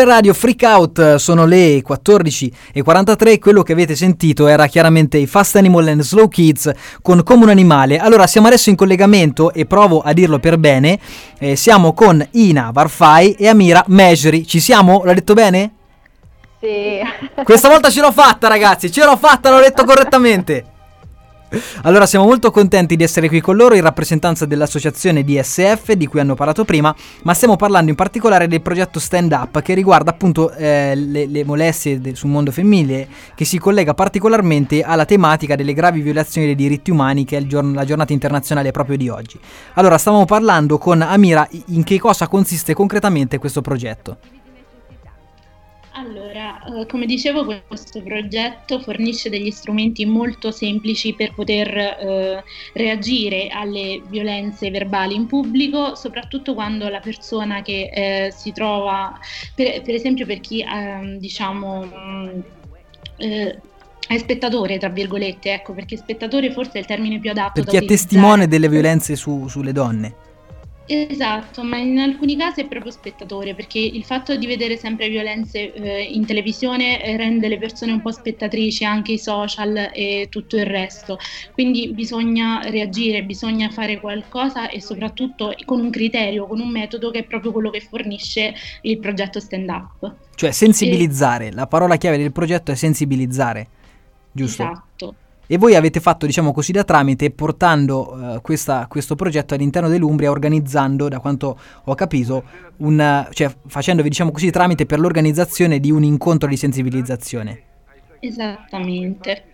Umbria Radio Freak Out, sono le quattordici e quarantatré, quello che avete sentito era chiaramente i Fast Animal and Slow Kids con Come un animale. Allora siamo adesso in collegamento e provo a dirlo per bene, eh, siamo con Ina Varfai e Amira Mejri, ci siamo? L'ho detto bene? Sì. Questa volta ce l'ho fatta ragazzi, ce l'ho fatta, l'ho detto correttamente. Allora siamo molto contenti di essere qui con loro in rappresentanza dell'associazione D S F di cui hanno parlato prima, ma stiamo parlando in particolare del progetto Stand Up che riguarda appunto eh, le, le molestie de- sul mondo femminile, che si collega particolarmente alla tematica delle gravi violazioni dei diritti umani, che è il giorno, la giornata internazionale proprio di oggi. Allora stavamo parlando con Amira in che cosa consiste concretamente questo progetto. Allora, eh, come dicevo, questo progetto fornisce degli strumenti molto semplici per poter eh, reagire alle violenze verbali in pubblico, soprattutto quando la persona che eh, si trova, per, per esempio per chi eh, diciamo mh, eh, è spettatore, tra virgolette, ecco, perché spettatore forse è il termine più adatto Per da chi è utilizzare. testimone delle violenze su, sulle donne. Esatto, ma in alcuni casi è proprio spettatore, perché il fatto di vedere sempre violenze eh, in televisione eh, rende le persone un po' spettatrici, anche i social e tutto il resto. Quindi bisogna reagire, bisogna fare qualcosa e soprattutto con un criterio, con un metodo che è proprio quello che fornisce il progetto Stand Up. Cioè sensibilizzare, e... la parola chiave del progetto è sensibilizzare, giusto? Esatto. E voi avete fatto, diciamo così, da tramite, portando uh, questa, questo progetto all'interno dell'Umbria, organizzando, da quanto ho capito, un, cioè facendovi, diciamo così, tramite per l'organizzazione di un incontro di sensibilizzazione. Esattamente.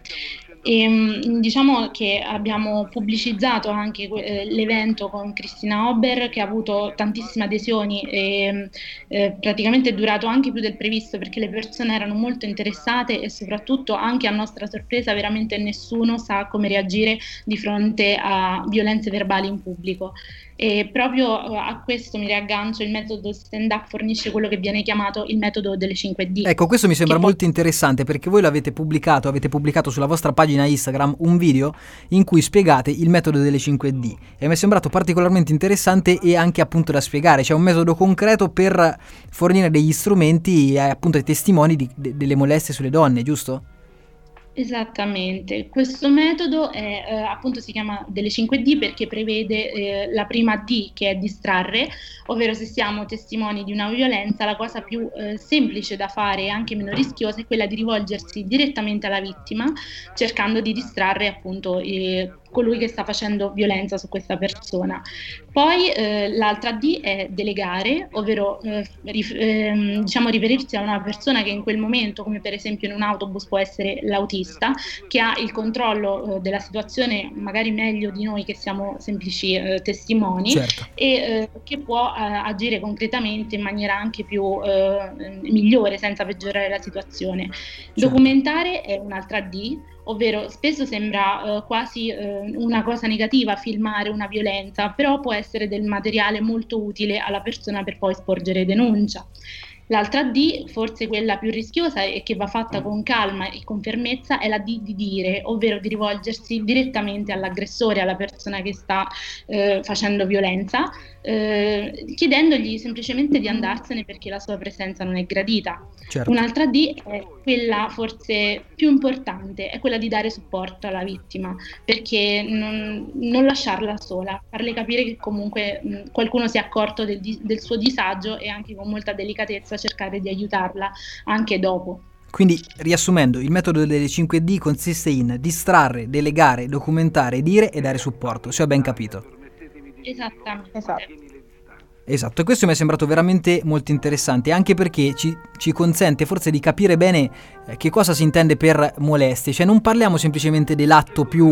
E, diciamo che abbiamo pubblicizzato anche eh, l'evento con Cristina Ober, che ha avuto tantissime adesioni e eh, praticamente è durato anche più del previsto, perché le persone erano molto interessate e soprattutto, anche a nostra sorpresa, veramente nessuno sa come reagire di fronte a violenze verbali in pubblico. E proprio a questo mi riaggancio, il metodo Stand Up fornisce quello che viene chiamato il metodo delle cinque D. Ecco, questo mi sembra che molto poi... interessante, perché voi l'avete pubblicato, avete pubblicato sulla vostra pagina Instagram un video in cui spiegate il metodo delle cinque D e mi è sembrato particolarmente interessante e anche appunto da spiegare. C'è un metodo concreto per fornire degli strumenti eh, appunto ai testimoni di, de, delle molestie sulle donne, giusto? Esattamente, questo metodo è, eh, appunto si chiama delle cinque D perché prevede eh, la prima D, che è distrarre, ovvero se siamo testimoni di una violenza la cosa più eh, semplice da fare e anche meno rischiosa è quella di rivolgersi direttamente alla vittima, cercando di distrarre appunto eh, colui che sta facendo violenza su questa persona. Poi eh, l'altra D è delegare, ovvero eh, rif- eh, diciamo riferirsi a una persona che in quel momento, come per esempio in un autobus può essere l'autista, che ha il controllo eh, della situazione magari meglio di noi che siamo semplici eh, testimoni, certo. e eh, che può eh, agire concretamente in maniera anche più eh, migliore, senza peggiorare la situazione. Certo. Documentare è un'altra D, ovvero spesso sembra uh, quasi uh, una cosa negativa filmare una violenza, però può essere del materiale molto utile alla persona per poi sporgere denuncia. L'altra D, forse quella più rischiosa e che va fatta con calma e con fermezza, è la D di dire, ovvero di rivolgersi direttamente all'aggressore, alla persona che sta eh, facendo violenza, eh, chiedendogli semplicemente di andarsene perché la sua presenza non è gradita. Certo. Un'altra D è quella forse più importante, è quella di dare supporto alla vittima, perché non, non lasciarla sola, farle capire che comunque mh, qualcuno si è accorto del, del suo disagio e anche con molta delicatezza cercare di aiutarla anche dopo. Quindi, riassumendo, il metodo delle cinque D consiste in distrarre, delegare, documentare, dire e dare supporto, se ho ben capito. Esattamente. Esatto. Esatto, e questo mi è sembrato veramente molto interessante, anche perché ci, ci consente forse di capire bene eh, che cosa si intende per molestie. Cioè non parliamo semplicemente dell'atto più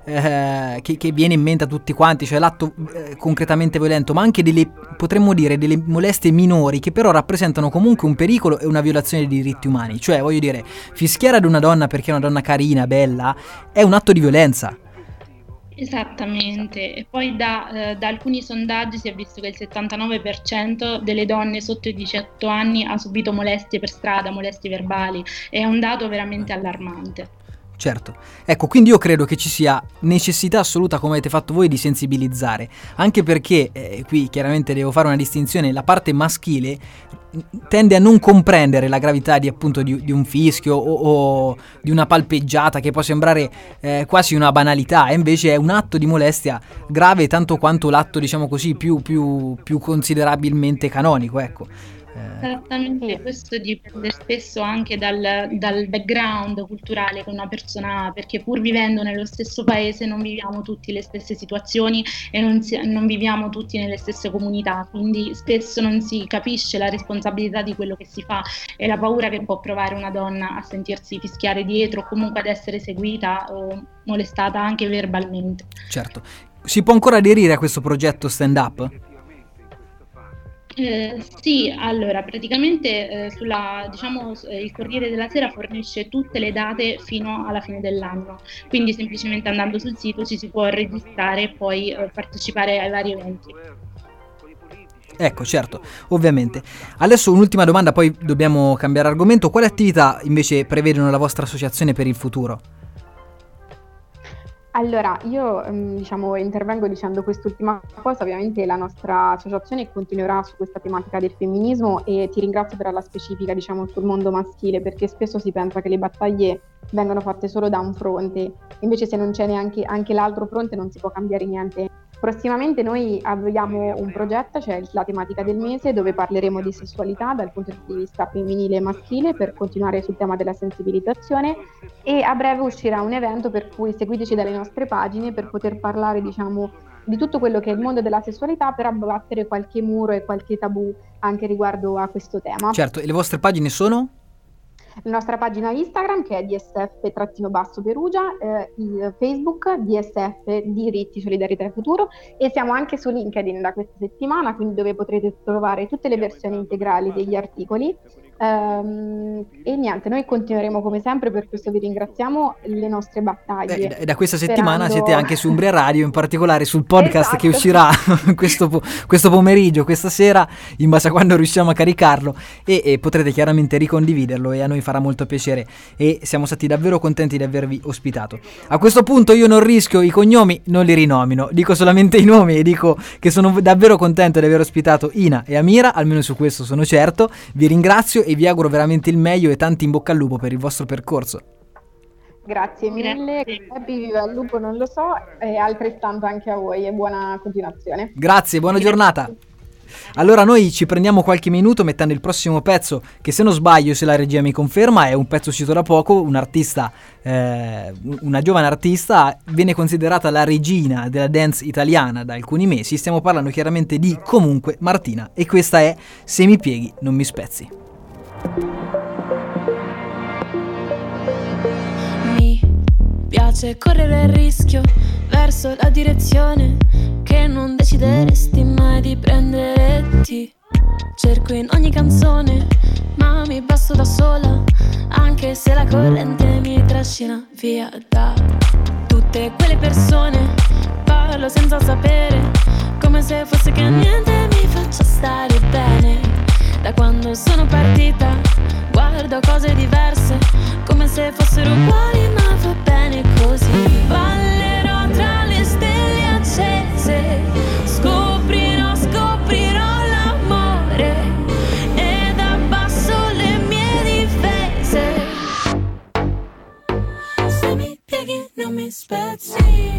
eh, che, che viene in mente a tutti quanti, cioè l'atto eh, concretamente violento, ma anche delle, potremmo dire, delle molestie minori che però rappresentano comunque un pericolo e una violazione dei diritti umani. Cioè, voglio dire, fischiare ad una donna perché è una donna carina, bella, è un atto di violenza. Esattamente, e poi da, eh, da alcuni sondaggi si è visto che il settantanove per cento delle donne sotto i diciotto anni ha subito molestie per strada, molestie verbali, è un dato veramente allarmante. Certo, ecco, quindi io credo che ci sia necessità assoluta, come avete fatto voi, di sensibilizzare, anche perché, eh, qui chiaramente devo fare una distinzione, la parte maschile tende a non comprendere la gravità di appunto di, di un fischio o, o di una palpeggiata che può sembrare eh, quasi una banalità, e invece è un atto di molestia grave tanto quanto l'atto, diciamo così, più, più, più considerabilmente canonico, ecco. Esattamente, questo dipende spesso anche dal, dal background culturale che una persona ha, perché pur vivendo nello stesso paese non viviamo tutti le stesse situazioni e non, si, non viviamo tutti nelle stesse comunità, quindi spesso non si capisce la responsabilità di quello che si fa e la paura che può provare una donna a sentirsi fischiare dietro o comunque ad essere seguita o molestata anche verbalmente. Certo, si può ancora aderire a questo progetto stand up? Eh, sì, allora praticamente eh, sulla, diciamo, eh, il Corriere della Sera fornisce tutte le date fino alla fine dell'anno, quindi semplicemente andando sul sito ci si può registrare e poi eh, partecipare ai vari eventi. Ecco, certo, ovviamente. Adesso un'ultima domanda, poi dobbiamo cambiare argomento. Quali attività invece prevedono la vostra associazione per il futuro? Allora, io diciamo intervengo dicendo quest'ultima cosa. Ovviamente la nostra associazione continuerà su questa tematica del femminismo, e ti ringrazio per la specifica, diciamo, sul mondo maschile, perché spesso si pensa che le battaglie vengano fatte solo da un fronte, invece se non c'è neanche anche l'altro fronte non si può cambiare niente. Prossimamente noi abbiamo un progetto, cioè la tematica del mese, dove parleremo di sessualità dal punto di vista femminile e maschile, per continuare sul tema della sensibilizzazione, e a breve uscirà un evento per cui seguiteci dalle nostre pagine per poter parlare, diciamo, di tutto quello che è il mondo della sessualità, per abbattere qualche muro e qualche tabù anche riguardo a questo tema. Certo, e le vostre pagine sono? La nostra pagina Instagram, che è D S F Perugia, eh, il Facebook D S F Diritti, Solidarietà e Futuro, e siamo anche su LinkedIn da questa settimana, quindi dove potrete trovare tutte le versioni integrali degli articoli. Um, e niente, noi continueremo come sempre, per questo vi ringraziamo, le nostre battaglie. E da questa settimana sperando... siete anche su Umbria Radio, in particolare sul podcast, esatto, che uscirà questo, po- questo pomeriggio, questa sera, in base a quando riusciamo a caricarlo, e, e potrete chiaramente ricondividerlo, e a noi farà molto piacere, e siamo stati davvero contenti di avervi ospitato. A questo punto io non rischio i cognomi, non li rinomino, dico solamente i nomi, e dico che sono davvero contento di aver ospitato Ina e Amira, almeno su questo sono certo. Vi ringrazio e vi auguro veramente il meglio, e tanti in bocca al lupo per il vostro percorso. Grazie mille, Happy, viva il lupo, non lo so, e altrettanto anche a voi, e buona continuazione. Grazie, buona giornata. Allora noi ci prendiamo qualche minuto mettendo il prossimo pezzo, che se non sbaglio, se la regia mi conferma, è un pezzo uscito da poco, un artista, eh, una giovane artista, viene considerata la regina della dance italiana da alcuni mesi. Stiamo parlando chiaramente di Comunque Martina, e questa è Se mi pieghi non mi spezzi. Mi piace correre il rischio verso la direzione che non decideresti mai di prendere. Ti cerco in ogni canzone, ma mi basto da sola, anche se la corrente mi trascina via da tutte quelle persone. Parlo senza sapere, come se fosse che niente mi faccia stare bene. Da quando sono partita guardo cose diverse, come se fossero uguali, ma va bene così. Ballerò tra le stelle accese, scoprirò, scoprirò l'amore, ed abbasso le mie difese. Se mi pieghi non mi spezzi.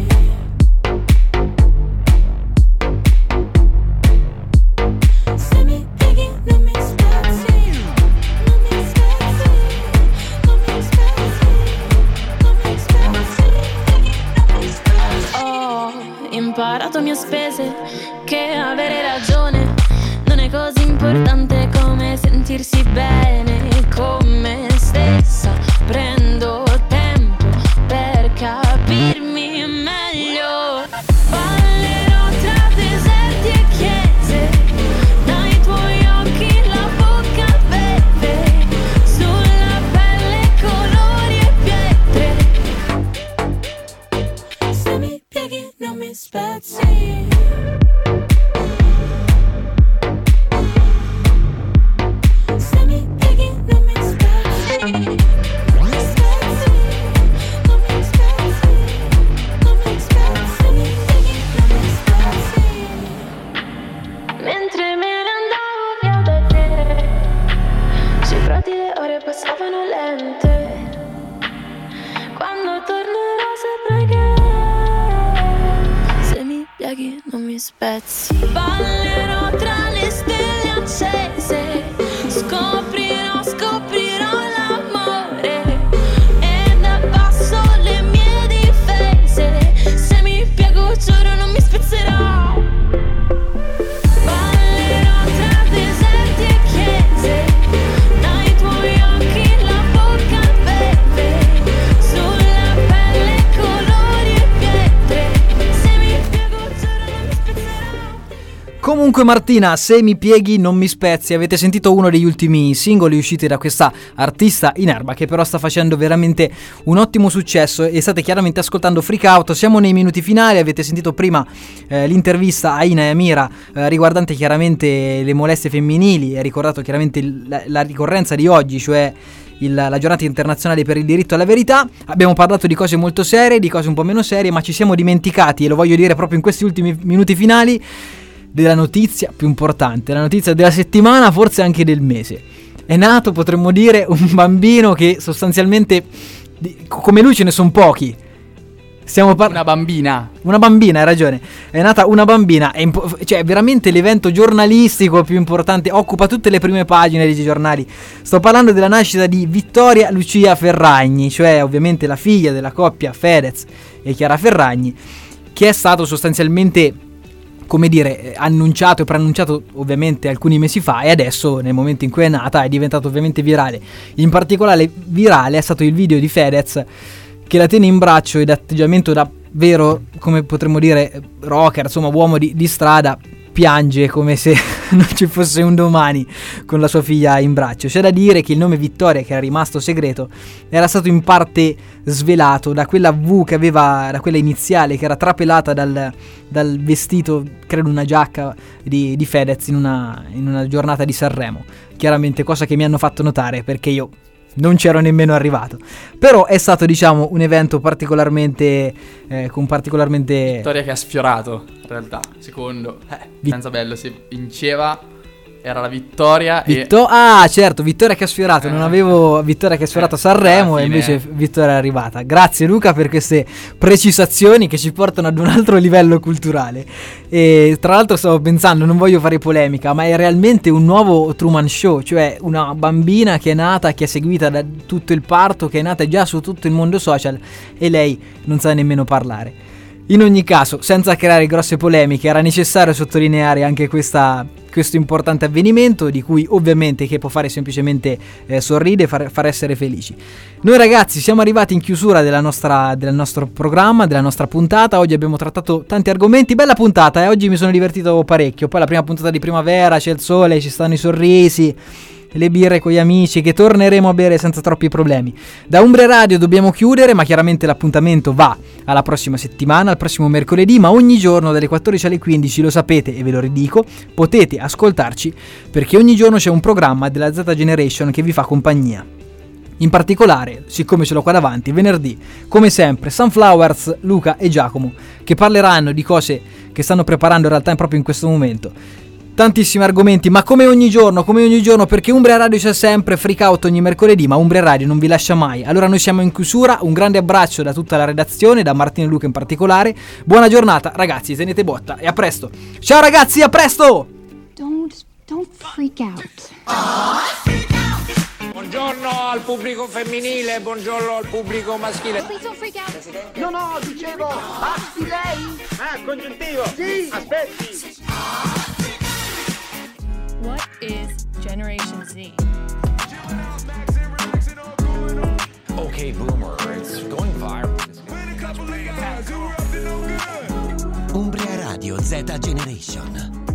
Se mi pieghi non mi spezzi. Non mi spezzi. Non mi spezzi. Non mi spezzi. Non mi spezzi. Ho imparato a mie spese che avere ragione non è così importante come sentirsi bene con me stessa. Prendo tempo per capirmi meglio. Ballerò tra deserti e chiese, dai tuoi occhi la bocca verde, sulla pelle colori e pietre. Se mi pieghi non mi spezzi. Se mi pieghi passavano lente. Quando tornerò saprai che se mi pieghi non mi spezzi. Ballerò tra le stelle accese, scoprirò, scoprirò l'amore ed abbasso le mie difese. Se mi piego giuro non mi spezzerò. Comunque Martina, se mi pieghi non mi spezzi. Avete sentito uno degli ultimi singoli usciti da questa artista in erba, che però sta facendo veramente un ottimo successo, e state chiaramente ascoltando Freak Out. Siamo nei minuti finali. Avete sentito prima eh, l'intervista a Ina e Amira eh, riguardante chiaramente le molestie femminili, e ricordato chiaramente il, la, la ricorrenza di oggi, cioè Il, la giornata internazionale per il diritto alla verità. Abbiamo parlato di cose molto serie, di cose un po' meno serie, ma ci siamo dimenticati, e lo voglio dire proprio in questi ultimi minuti finali, della notizia più importante, la notizia della settimana, forse anche del mese. È nato, potremmo dire, un bambino che sostanzialmente, come lui ce ne sono pochi. Stiamo par- una bambina. Una bambina, hai ragione. È nata una bambina. È impo- cioè, veramente l'evento giornalistico più importante. Occupa tutte le prime pagine dei giornali. Sto parlando della nascita di Vittoria Lucia Ferragni, cioè ovviamente la figlia della coppia Fedez e Chiara Ferragni, che è stato sostanzialmente, come dire, annunciato e preannunciato ovviamente alcuni mesi fa, e adesso, nel momento in cui è nata, è diventato ovviamente virale. In particolare virale è stato il video di Fedez che la tiene in braccio, ed atteggiamento da vero, come potremmo dire, rocker, insomma uomo di, di strada, piange come se non ci fosse un domani con la sua figlia in braccio. C'è da dire che il nome Vittoria, che era rimasto segreto, era stato in parte svelato da quella V che aveva, da quella iniziale, che era trapelata dal, dal vestito, credo una giacca di, di Fedez in una, in una giornata di Sanremo. Chiaramente cosa che mi hanno fatto notare, perché io non c'ero nemmeno arrivato. Però è stato, diciamo, un evento particolarmente eh, con particolarmente Vittoria che ha sfiorato, in realtà, secondo eh, Vi- senza bello, se vinceva era la vittoria. Vitto- e... Ah, certo, Vittoria che ha sfiorato. Eh. Non avevo Vittoria che ha sfiorato a Sanremo, e invece Vittoria è arrivata. Grazie Luca per queste precisazioni che ci portano ad un altro livello culturale. E tra l'altro stavo pensando, non voglio fare polemica, ma è realmente un nuovo Truman Show, cioè una bambina che è nata, che è seguita da tutto il parto, che è nata già su tutto il mondo social, e lei non sa nemmeno parlare. In ogni caso, senza creare grosse polemiche, era necessario sottolineare anche questa, questo importante avvenimento, di cui ovviamente che può fare semplicemente eh, sorridere e far, far essere felici. Noi ragazzi siamo arrivati in chiusura della nostra, del nostro programma, della nostra puntata. Oggi abbiamo trattato tanti argomenti, bella puntata, e eh? Oggi mi sono divertito parecchio. Poi la prima puntata di primavera, c'è il sole, ci stanno i sorrisi, le birre con gli amici, che torneremo a bere senza troppi problemi. Da Umbria Radio dobbiamo chiudere, ma chiaramente l'appuntamento va alla prossima settimana, al prossimo mercoledì, ma ogni giorno dalle quattordici alle quindici, lo sapete e ve lo ridico, potete ascoltarci, perché ogni giorno c'è un programma della Z Generation che vi fa compagnia. In particolare, siccome ce l'ho qua davanti, venerdì, come sempre, Sunflowers, Luca e Giacomo, che parleranno di cose che stanno preparando in realtà proprio in questo momento. Tantissimi argomenti, ma come ogni giorno, come ogni giorno, perché Umbria Radio c'è sempre, Freak Out ogni mercoledì, ma Umbria Radio non vi lascia mai. Allora noi siamo in chiusura, un grande abbraccio da tutta la redazione, da Martino e Luca in particolare. Buona giornata, ragazzi, tenete botta e a presto. Ciao ragazzi, a presto! Don't, don't freak out. Buongiorno al pubblico femminile, buongiorno al pubblico maschile. Please don't freak out. No, no, dicevo, basti lei? Ah, congiuntivo. Sì. Aspetti. What is Generation Z? Okay, boomer, it's going viral. Umbria Radio Z Generation.